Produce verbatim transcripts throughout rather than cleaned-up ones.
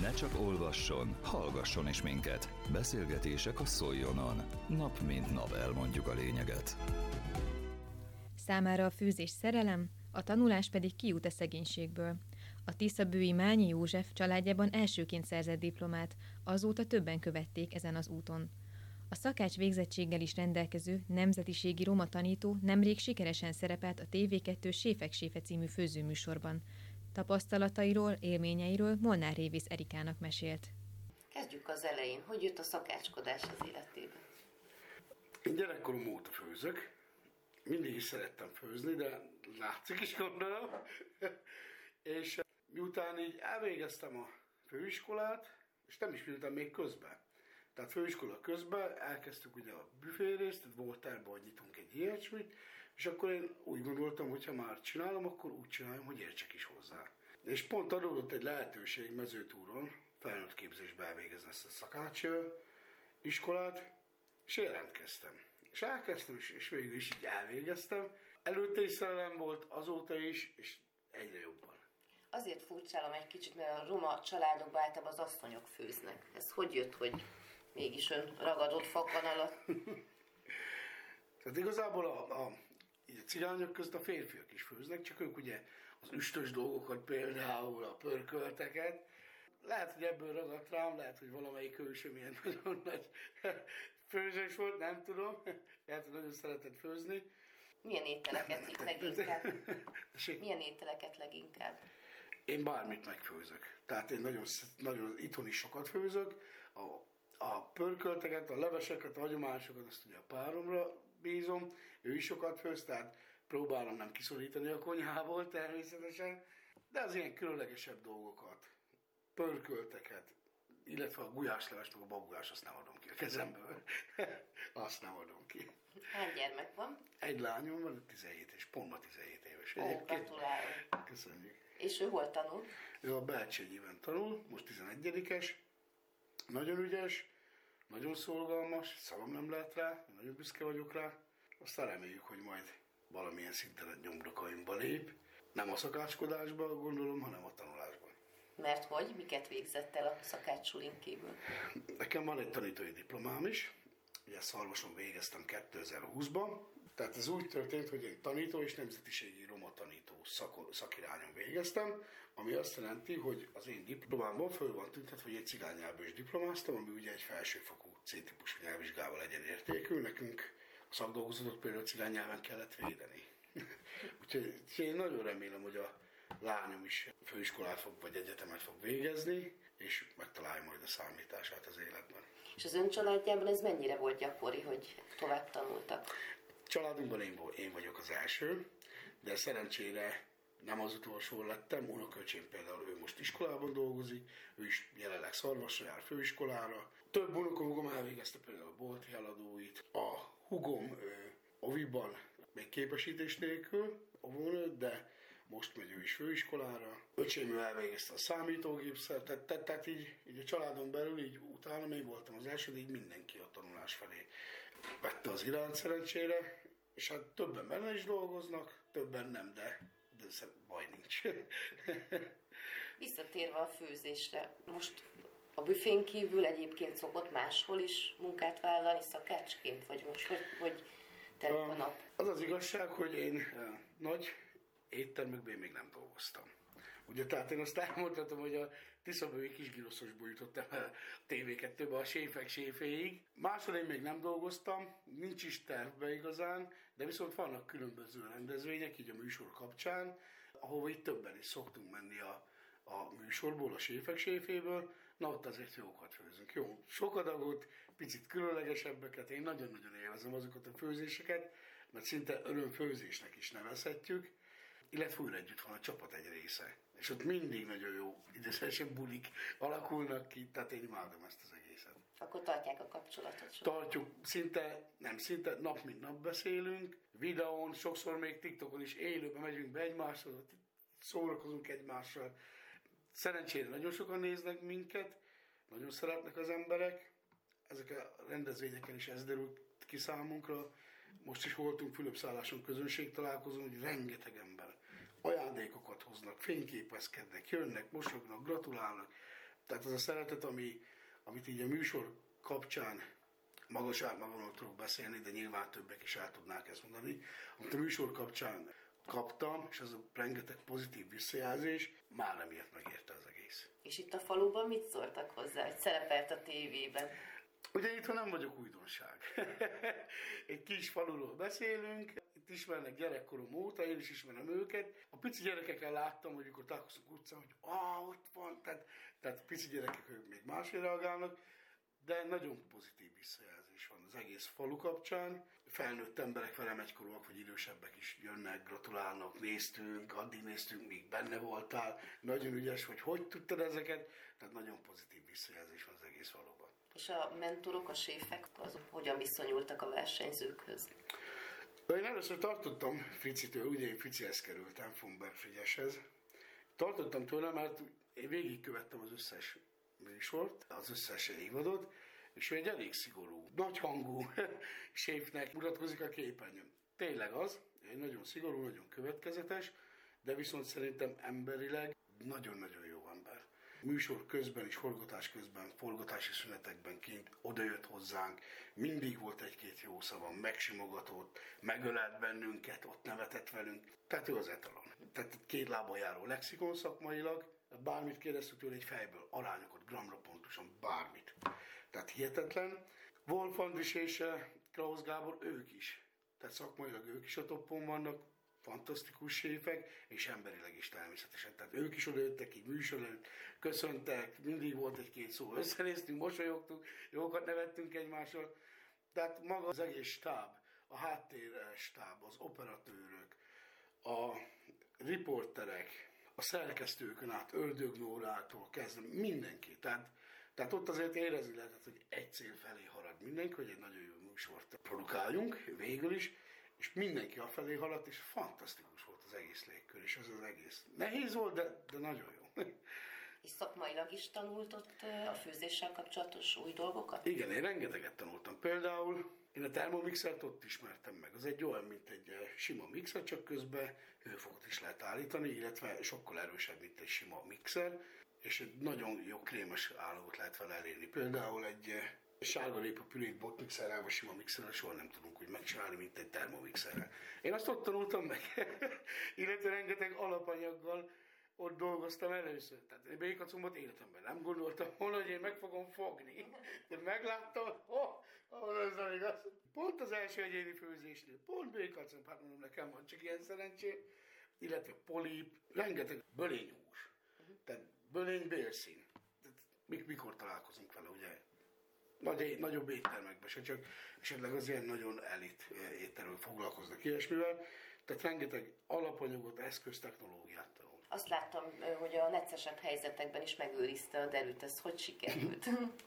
Ne csak olvasson, hallgasson is minket. Beszélgetések a Szoljonon. Nap mint nap elmondjuk a lényeget. Számára a főzés szerelem, a tanulás pedig kiút a szegénységből. A tiszabői Mányi József családjában elsőként szerzett diplomát, azóta többen követték ezen az úton. A szakács végzettséggel is rendelkező nemzetiségi roma tanító nemrég sikeresen szerepelt a té vé kettő Séfek Séfe című főzőműsorban. Tapasztalatairól, élményeiről Molnár Révész Erikának mesélt. Kezdjük az elején. Hogy jött a szakácskodás az életébe? Én gyerekkorom óta főzök. Mindig is szerettem főzni, de látszik is gondolom. És miután így elvégeztem a főiskolát, és nem is miután még közben. Tehát főiskola közben elkezdtük ugye a büférészt, volt terve, hogy nyitunk egy ilyesmit, és akkor én úgy gondoltam, hogy ha már csinálom, akkor úgy csináljam, hogy értsek is hozzá. És pont adódott egy lehetőség Mezőtúron felnőtt képzésbe elvégezni ezt a szakács iskolát, és jelentkeztem. És elkezdtem, és végül is így elvégeztem. Előtte is szerelem volt, azóta is, és egyre jobban. Azért furcsálom egy kicsit, mert a roma családokban általában az asszonyok főznek. Ez hogy jött, hogy mégis ön ragadott fakon alatt? Tehát igazából a, a, a cigányok között a férfiak is főznek, csak ők ugye az üstös dolgokat, például a pörkölteket. Lehet, hogy ebből ragadt rám, lehet, hogy valamelyik hősöm ilyen nagyon nagy főzős volt, nem tudom. Lehet, hogy nagyon szeretett főzni. Milyen ételeket leginkább? Milyen ételeket leginkább? Én bármit megfőzök. Tehát én nagyon, nagyon itthon is sokat főzök. A, a pörkölteket, a leveseket, a hagyományosokat, azt ugye a páromra bízom. Ő is sokat főz, tehát próbálom nem kiszorítani a konyhából természetesen. De az ilyen különlegesebb dolgokat, pörkölteket, illetve a gulyáslevest, meg a babgulyás, azt nem adom ki a kezemből. Azt nem adom ki. Hány gyermek van? Egy lányom van, tizenhét, és pont ma tizenhét éves. Ó, gratulálok. Köszönjük. És ő hol tanul? Ő a Belcsényiben tanul, most tizenegyedikes. Nagyon ügyes, nagyon szolgalmas, szavam nem lehet rá, nagyon büszke vagyok rá. Aztán reméljük, hogy majd valamilyen szinten a nyomdokaimba lép. Nem a szakácskodásban gondolom, hanem a tanulásban. Mert hogy? Miket végzett el a szakácsulin kívül? Nekem van egy tanítói diplomám is. Ugye Szarvason végeztem kétezer-húszban. Tehát ez úgy történt, hogy én tanító és nemzetiségi roma tanító szak, szakirányon végeztem, ami azt jelenti, hogy az én diplomámban föl van tüntetve, hogy egy cigánynyelvből is diplomáztam, ami ugye egy felsőfokú C-típusú nyelvvizsgával egyenértékű. Nekünk a szakdolgozatot például cigánynyelven kellett védeni. Úgyhogy én nagyon remélem, hogy a lányom is főiskolát fog, vagy egyetemet fog végezni, és megtalálja majd a számítását az életben. És az ön családjában ez mennyire volt gyakori, hogy tovább tanultak? Családunkban én, én vagyok az első, de szerencsére nem az utolsó lettem. Unoköcsém például, ő most iskolában dolgozik, ő is jelenleg Szarvasra jár főiskolára. Több unokahúgom elvégezte például a bolti eladóit. A húgom oviban még képesítés nélkül óvónőt, de most megy ő is főiskolára. Öcsém elvégezte a számítógépszer, tehát, tehát, tehát így, így a családon belül, így utána még voltam az első, de így mindenki a tanulás felé vette az irányt szerencsére, és hát többen benne is dolgoznak, többen nem, de, de baj nincs. Visszatérve a főzésre, most a büfén kívül egyébként szokott máshol is munkát vállalni szakácsként, vagy most hogy, hogy telik a nap? Az az igazság, hogy én nagy éttermekben még nem dolgoztam. Ugye, tehát én azt elmondhatom, hogy a tiszabői kisgiroszosból jutottam el a té vé kettőbe a Séfek Séféig. Máshol én még nem dolgoztam, nincs is tervbe igazán, de viszont vannak különböző rendezvények, így a műsor kapcsán, ahova itt többen is szoktunk menni a, a műsorból, a Séfek Séféből, na ott azért jókat főzünk. Jó, sok adagot, picit különlegesebbeket, én nagyon-nagyon élvezem azokat a főzéseket, mert szinte örömfőzésnek is nevezhetjük, illetve újra együtt van a csapat egy része. És ott mindig nagyon jó idézősen bulik alakulnak ki, tehát én imádom ezt az egészet. Akkor tartják a kapcsolatot? Sok. Tartjuk, szinte, nem szinte, nap mint nap beszélünk, videón, sokszor még TikTokon is élőben megyünk be egymással, szórakozunk egymással. Szerencsére nagyon sokan néznek minket, nagyon szeretnek az emberek, ezek a rendezvényeken is ez derült ki számunkra. Most is voltunk Fülöp-szálláson közönségtalálkozón, hogy rengeteg ember ajándékokat hoznak, fényképezkednek, jönnek, mosognak, gratulálnak. Tehát az a szeretet, ami, amit így a műsor kapcsán magas átmagamról tudok beszélni, de nyilván többek is el tudnák ezt mondani, amit a műsor kapcsán kaptam, és az a rengeteg pozitív visszajelzés, már emiatt megérte az egész. És itt a faluban mit szóltak hozzá, hogy szerepelt a tévében? Ugye itthon nem vagyok újdonság. Egy kis faluról beszélünk, itt ismernek gyerekkorom óta, én is ismerem őket. A pici gyerekekkel láttam, hogy amikor találkozunk utcán, hogy ah, ott van, tehát, tehát pici gyerekek ők még máshogy reagálnak, de nagyon pozitív visszajelzés van az egész falu kapcsán. Felnőtt emberek, velem egykorúak vagy idősebbek is jönnek, gratulálnak, néztünk, addig néztünk, míg benne voltál, nagyon ügyes, hogy hogy tudtad ezeket, tehát nagyon pozitív visszajelzés van az egész faluban. És a mentorok, a séfek, azok hogyan viszonyultak a versenyzőkhöz? Én először tartottam Fricitől, ugye én Fricihez kerültem, Fomberg Frigyeshez. Tartottam tőle, mert én végigkövettem az összes műsort, az összes évadot, és ő egy elég szigorú, nagyhangú séfnek mutatkozik a képernyőn. Tényleg az, egy nagyon szigorú, nagyon következetes, de viszont szerintem emberileg nagyon-nagyon jó ember. Műsor közben és forgatás közben, forgatási szünetekben kint odajött hozzánk, mindig volt egy-két jó szava, megsimogatott, megölelt bennünket, ott nevetett velünk. Tehát ő az etalon. Tehát két lábon járó lexikon szakmailag, bármit kérdeztük tőle egy fejből, arányokat, gramra pontosan, bármit. Tehát hihetetlen. Wolf Andris és Krausz Gábor, ők is. Tehát szakmailag ők is a toppon vannak, fantasztikus séfek, és emberileg is természetesen. Tehát ők is odajöttek így műsor előtt, köszöntek, mindig volt egy-két szó, összenéztünk, mosolyogtunk, jókat nevettünk egymással. Tehát maga az egész stáb, a háttér stáb, az operatőrök, a riporterek, a szerkesztőkön át, Ördög Nórától kezdve mindenki. Tehát, tehát ott azért érezni lehetett, hogy egy cél felé halad mindenki, hogy egy nagyon jó műsort produkáljunk, végül is, és mindenki afelé haladt, és fantasztikus volt az egész légkör, és az az egész. Nehéz volt, de, de nagyon jó. És szakmailag is tanult ott a főzéssel kapcsolatos új dolgokat? Igen, én rengeteget tanultam. Például én a Thermomixert ott ismertem meg. Az egy olyan, mint egy sima mixer, csak közben hőfokot is lehet állítani, illetve sokkal erősebb, mint egy sima mixer, és egy nagyon jó krémes állagot lehet vele elérni. Például egy sárgarépa pürét botmixerrel, vagy sima mixerrel soha nem tudunk úgy megcsinálni, mint egy Thermomixerrel. Én azt ott tanultam meg, illetve rengeteg alapanyaggal ott dolgoztam először. Tehát egy békacumot életemben nem gondoltam volna, hogy én meg fogom fogni. De megláttam, oh, ahol ez a igaz. Pont az első egyéni főzésnél, pont békacum, hát mondom, nekem van csak ilyen szerencsém, illetve polip, rengeteg bölényhús. Tehát bölény bélszín. Tehát mikor találkozunk vele, ugye? Nagy, nagyobb éttermekben se, csak esetleg az ilyen nagyon elit éttermekben foglalkoznak ilyesmivel. Tehát rengeteg alapanyagot, eszköz, technológiát tanul. Azt láttam, hogy a neccesebb helyzetekben is megőrizte a derűt. Ez hogy sikerült?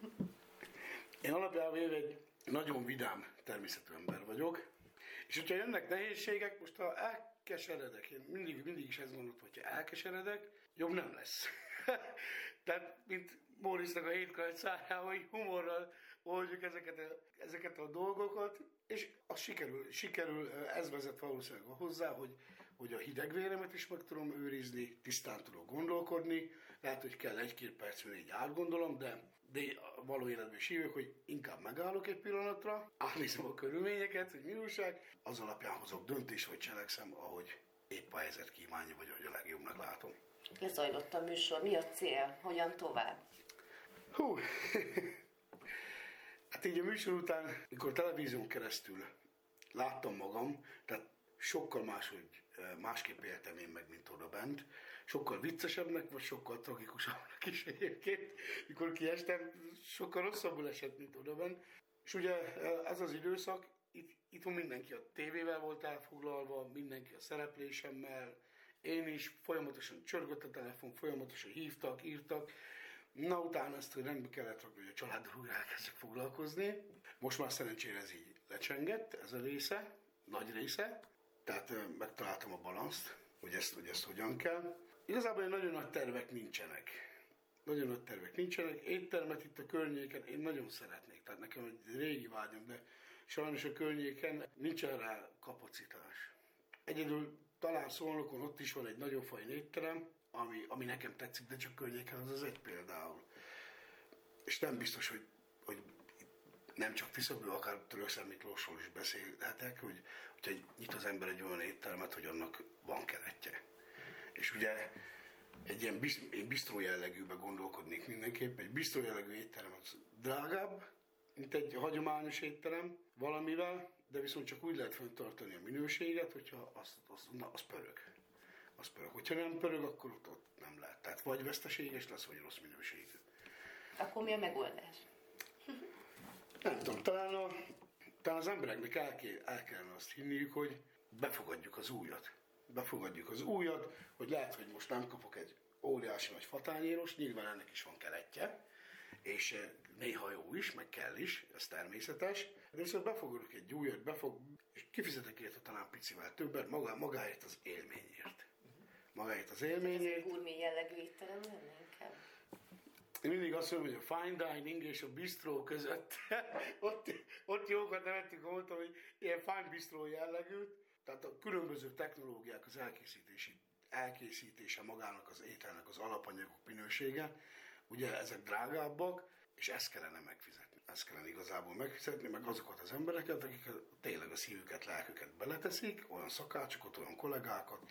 Én alapjában véve egy nagyon vidám természetű ember vagyok, és hogyha jönnek nehézségek, most ha elkeseredek, én mindig, mindig is ezt gondoltam, hogyha elkeseredek, jobb nem lesz. Tehát, mint Móricznak a hétkalács szárjával, hogy humorral oldjuk ezeket a, ezeket a dolgokat, és az sikerül, sikerül, ez vezet valószínűleg hozzá, hogy, hogy a hidegvéremet is meg tudom őrizni, tisztán tudok gondolkodni, lehet, hogy kell egy-két perc, mire így átgondolom, de, de való életben is hívjuk, hogy inkább megállok egy pillanatra, átnézem a körülményeket, hogy mi újság, az alapján hozok döntést, vagy cselekszem, ahogy épp a helyzet kívánja, vagy ahogy a legjobbnak látom. Lezajlott a műsor, mi a cél, hogyan tovább? Hú, hát így a műsor után, mikor televízión keresztül láttam magam, tehát sokkal máshogy, másképp éltem én meg, mint oda bent. Sokkal viccesebbnek, vagy sokkal tragikusabbnak is egyébként. Mikor kiestem, sokkal rosszabbul esett, mint oda bent. És ugye ez az időszak, itt, itthon mindenki a tévével volt elfoglalva, mindenki a szereplésemmel, én is folyamatosan csörgött a telefon, folyamatosan hívtak, írtak. Na, utána ezt rendbe kellett rakni, hogy a családdal újra elkezdjek foglalkozni. Most már szerencsére ez így lecsengett, ez a része, nagy része. Tehát megtaláltam a balanszt, hogy ezt, hogy ezt hogyan kell. Igazából nagyon nagy tervek nincsenek. Nagyon nagy tervek nincsenek. Éttermet itt a környéken én nagyon szeretnék. Tehát nekem egy régi vágyam, de sajnos a környéken nincsen rá kapacitás. Egyedül talán Szolnokon ott is van egy nagyon fajn étterem, ami, ami nekem tetszik, de csak környéken az az egy például. És nem biztos, hogy, hogy nem csak Tiszaből, akár Törökszent Miklósról is beszélhetek, hogy hogyha nyit az ember egy olyan éttermet, hogy annak van keretje. És ugye egy ilyen bistró jellegűben gondolkodnék mindenképp, egy bistró jellegű étterem az drágább, mint egy hagyományos étterem valamivel, de viszont csak úgy lehet fenntartani a minőséget, hogyha az, az, na, az pörög. Az pörög. Hogyha nem pörög, akkor ott, ott nem lehet. Tehát vagy veszteséges lesz, vagy rossz minőségű. Akkor mi a megoldás? Nem tudom, talán, a, talán az embereknek el, kell, el kellene azt hinniük, hogy befogadjuk az újat. Befogadjuk az újat, hogy lehet, hogy most nem kapok egy óriási nagy fatányéros, nyilván ennek is van keretje, és néha jó is, meg kell is, ez természetes, de viszont befogadok egy újat, befog, és kifizetek érte talán picivel többet, magá, magáért az élményért. Magáért az élményért. Ez egy gurmé jellegű étterem lenne inkább? Én mindig azt mondom, hogy a fine dining és a bistró között, ott, ott jókat nevettük, mondtam, hogy ilyen fine bistró jellegű, tehát a különböző technológiák, az elkészítési, elkészítése magának az ételnek, az alapanyagok minősége, ugye ezek drágábbak, és ezt kellene megfizetni. Ezt kellene igazából megfizetni, meg azokat az embereket, akik tényleg a szívüket, lelküket beleteszik, olyan szakácsokat, olyan kollégákat,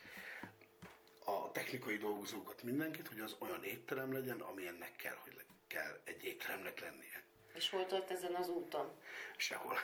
a technikai dolgozókat, mindenkit, hogy az olyan étterem legyen, amilyennek kell, hogy le- kell egy étteremnek lennie. És hol tart ezen az úton? Sehol.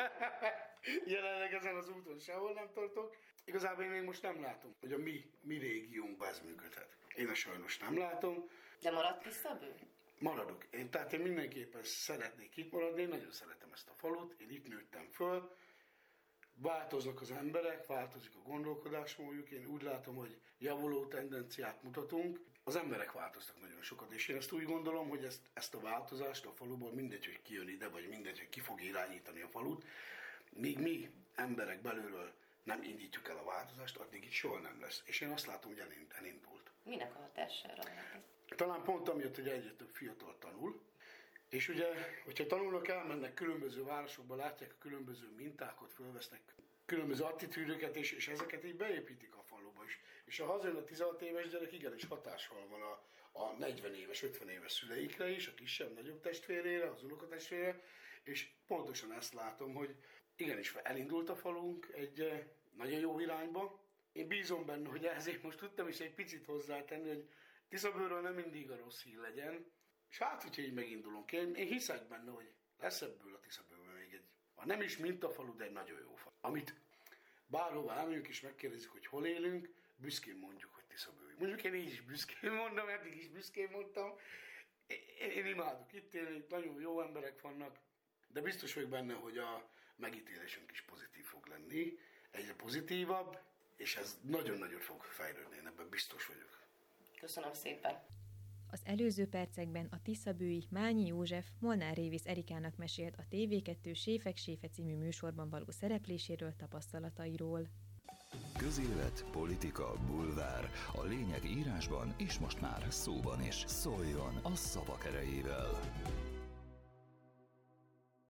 Jelenleg ezen az úton sehol nem tartok. Igazából én még most nem látom, hogy a mi, mi régiónkban ez működhet. Én sajnos nem látom. De maradt Tiszabő? Maradok. Én, tehát én mindenképpen szeretnék itt maradni, én nagyon szeretem ezt a falut, én itt nőttem föl. Változnak az emberek, változik a gondolkodásmódjuk, én úgy látom, hogy javuló tendenciát mutatunk. Az emberek változtak nagyon sokat, és én ezt úgy gondolom, hogy ezt, ezt a változást a faluból mindegy, hogy ki jön ide, vagy mindegy, hogy ki fog irányítani a falut, míg mi emberek belülről nem indítjuk el a változást, addig itt soha nem lesz. És én azt látom, hogy elindult. Minek a hatására? Talán pont amiatt, hogy egyre több fiatal tanul, és ugye, hogyha tanulnak, elmennek különböző városokba, látják a különböző mintákat, fölvesznek különböző attitűdöket, és, és ezeket így beépítik a faluba is. És ha hazajön a tizenhat éves gyerek, igenis hatással van a, a negyven éves, ötven éves szüleikre is, a kisebb, nagyobb testvérére, az unokatestvérére, és pontosan ezt látom, hogy igenis elindult a falunk egy nagyon jó irányba. Én bízom benne, hogy ezért most tudtam is egy picit hozzátenni, hogy Tiszabőről nem mindig a rossz hír legyen. És hát, hogyha így megindulunk, én, én hiszek benne, hogy lesz ebből a Tiszabőről még egy, ha nem is mintafalu, de egy nagyon jó falu. Amit bárhova elmegyünk és megkérdezik, hogy hol élünk, büszkén mondjuk, hogy Tiszabői. Mondjuk én így is büszkén mondom, eddig is büszkén mondtam. Én, én imádok itt élni, nagyon jó emberek vannak, de biztos vagyok benne, hogy a megítélésünk is pozitív fog lenni, egyre pozitívabb, és ez nagyon-nagyon fog fejlődni, én ebben biztos vagyok. Köszönöm szépen! Az előző percekben a tiszabői Mányi József Molnár Révész Erikának mesélt a té vé kettő Séfek Séfe című műsorban való szerepléséről, tapasztalatairól. Közélet, politika, bulvár. A lényeg írásban és most már szóban is. Szóljon a szavak erejével!